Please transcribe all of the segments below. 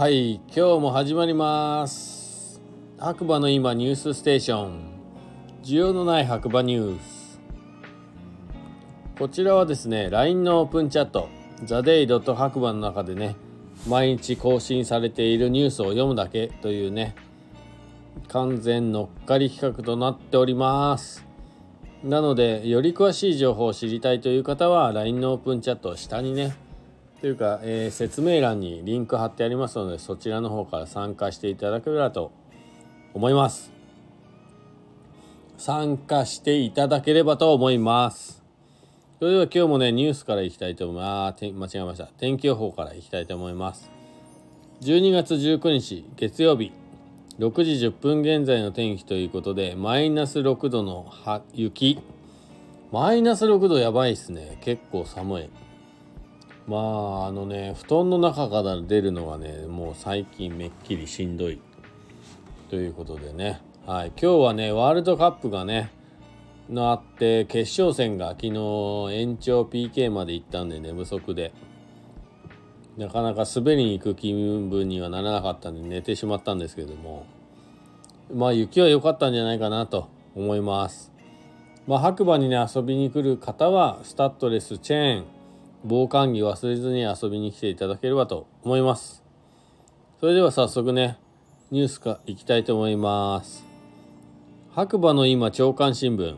はい、今日も始まります。白馬の今ニュースステーション、需要のない白馬ニュース。こちらはですね、 LINE のオープンチャット TheDay. 白馬の中でね、毎日更新されているニュースを読むだけというね、完全乗っかり企画となっております。なので、より詳しい情報を知りたいという方は LINE のオープンチャット下にねというか、説明欄にリンク貼ってありますので、そちらの方から参加していただければと思います。参加していただければと思います。それでは今日もね、ニュースからいきたいと思います。間違えました。天気予報からいきたいと思います。12月19日月曜日6時10分現在の天気ということで、マイナス6度の雪。マイナス6度やばいっすね。結構寒い。布団の中から出るのがね、もう最近めっきりしんどいということでね、はい、今日はね、ワールドカップがねあって、決勝戦が昨日延長 PK まで行ったんで寝不足で、なかなか滑りに行く気分にはならなかったんで寝てしまったんですけども、雪は良かったんじゃないかなと思います。白馬にね遊びに来る方はスタッドレス、チェーン、防寒着忘れずに遊びに来ていただければと思います。それでは早速ね、ニュースからいきたいと思います。白馬の今朝刊新聞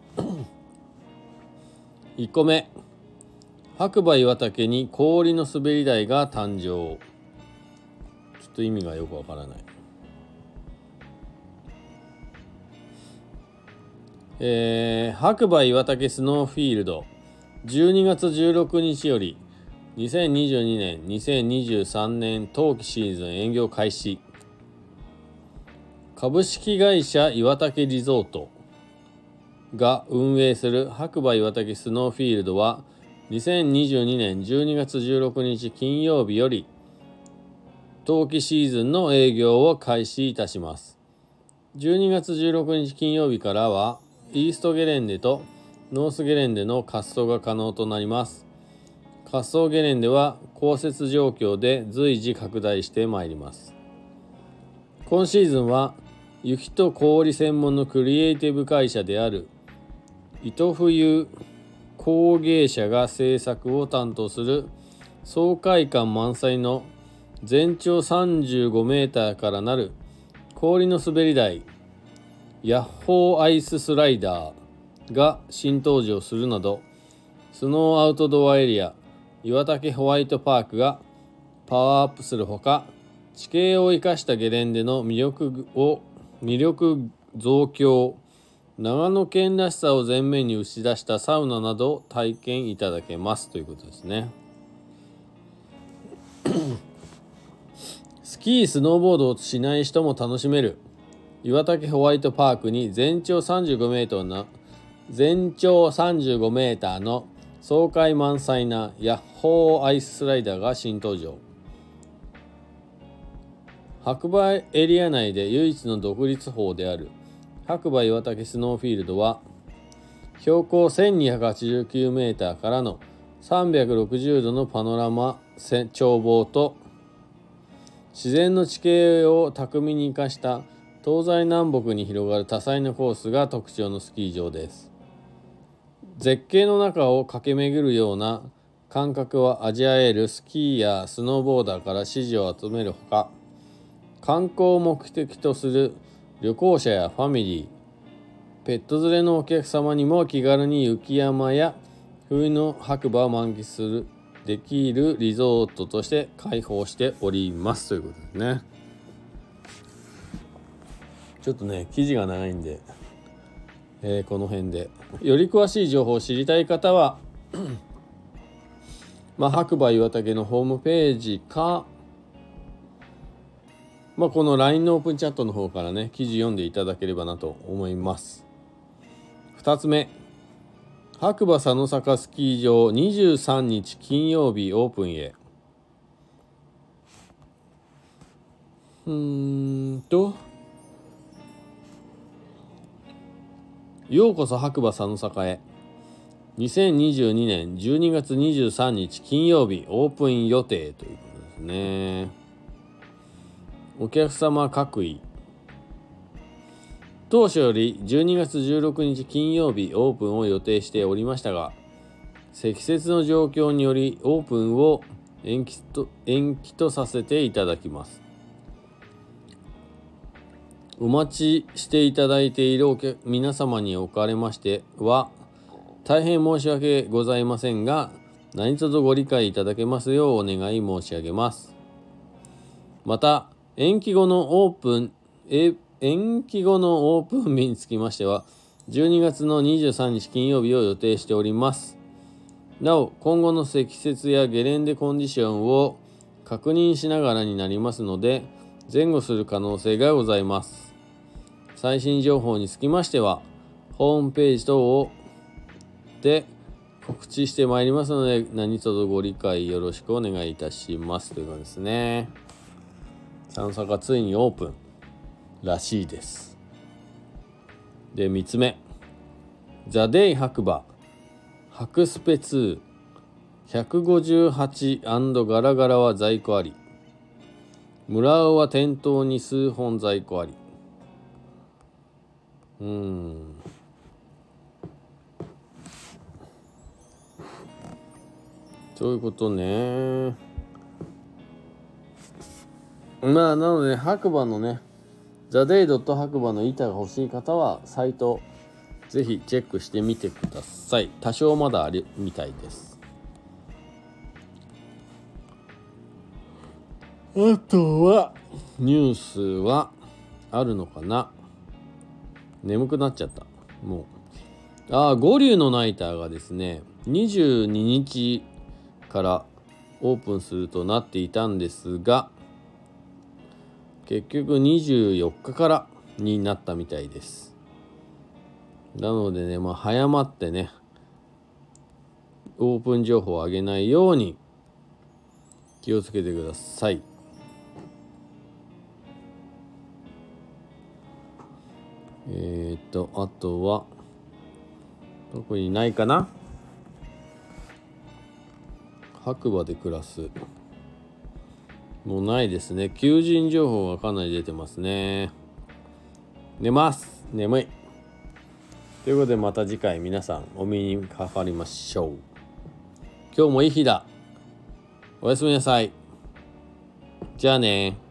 1個目、白馬岩岳に氷の滑り台が誕生。ちょっと意味がよくわからない。白馬岩岳スノーフィールド12月16日より2022年2023年冬季シーズン営業開始。株式会社岩岳リゾートが運営する白馬岩岳スノーフィールドは2022年12月16日金曜日より冬季シーズンの営業を開始いたします。12月16日金曜日からはイーストゲレンデとノースゲレンデの滑走が可能となります。滑走ゲレンデは降雪状況で随時拡大してまいります。今シーズンは雪と氷専門のクリエイティブ会社である糸冬工芸社が制作を担当する爽快感満載の全長35メーターからなる氷の滑り台ヤッホーアイススライダーが新登場するなど、スノーアウトドアエリア岩岳ホワイトパークがパワーアップするほか、地形を生かしたゲレンデの魅力増強、長野県らしさを前面に打ち出したサウナなどを体験いただけますということですね。スキースノーボードをしない人も楽しめる岩岳ホワイトパークに全長35メーターの爽快満載なヤッホーアイススライダーが新登場。白馬エリア内で唯一の独立峰である白馬岩岳スノーフィールドは標高1289メーターからの360度のパノラマ眺望と自然の地形を巧みに生かした東西南北に広がる多彩なコースが特徴のスキー場です。絶景の中を駆け巡るような感覚を味わえるスキーやスノーボーダーから支持を集めるほか、観光を目的とする旅行者やファミリー、ペット連れのお客様にも気軽に雪山や冬の白馬を満喫できるリゾートとして開放しておりますということですね。ちょっとね、記事が長いんで、この辺で。より詳しい情報を知りたい方は白馬岩岳のホームページか、この LINE のオープンチャットの方からね、記事読んでいただければなと思います。2つ目、白馬佐野坂スキー場23日金曜日オープンへ。ようこそ白馬佐野坂へ。2022年12月23日金曜日オープン予定ということですね。 お客様各位。当初より12月16日金曜日オープンを予定しておりましたが、積雪の状況によりオープンを延期とさせていただきます。お待ちしていただいている皆様におかれましては、大変申し訳ございませんが、何卒ご理解いただけますようお願い申し上げます。また、延期後のオープン日につきましては、12月の23日金曜日を予定しております。なお、今後の積雪やゲレンデコンディションを確認しながらになりますので、前後する可能性がございます。最新情報につきましては、ホームページ等で告知してまいりますので、何卒ご理解よろしくお願いいたしますということですね。散策がついにオープンらしいです。で、3つ目。ザ・デイ白馬白スペ2 158& ガラガラは在庫あり。村尾は店頭に数本在庫あり。そういうことね。なので、白馬のね、ザ・デイ.白馬の板が欲しい方は、サイト、ぜひチェックしてみてください。多少まだあるみたいです。あとは、ニュースはあるのかな。眠くなっちゃった。もう。五竜のナイターがですね、22日からオープンするとなっていたんですが、結局24日からになったみたいです。なのでね、早まってね、オープン情報を上げないように気をつけてください。あとは特にないかな。白馬で暮らすもうないですね。求人情報がかなり出てますね。寝ます。眠い。ということで、また次回皆さんお目にかかりましょう。今日もいい日だ。おやすみなさい。じゃあね。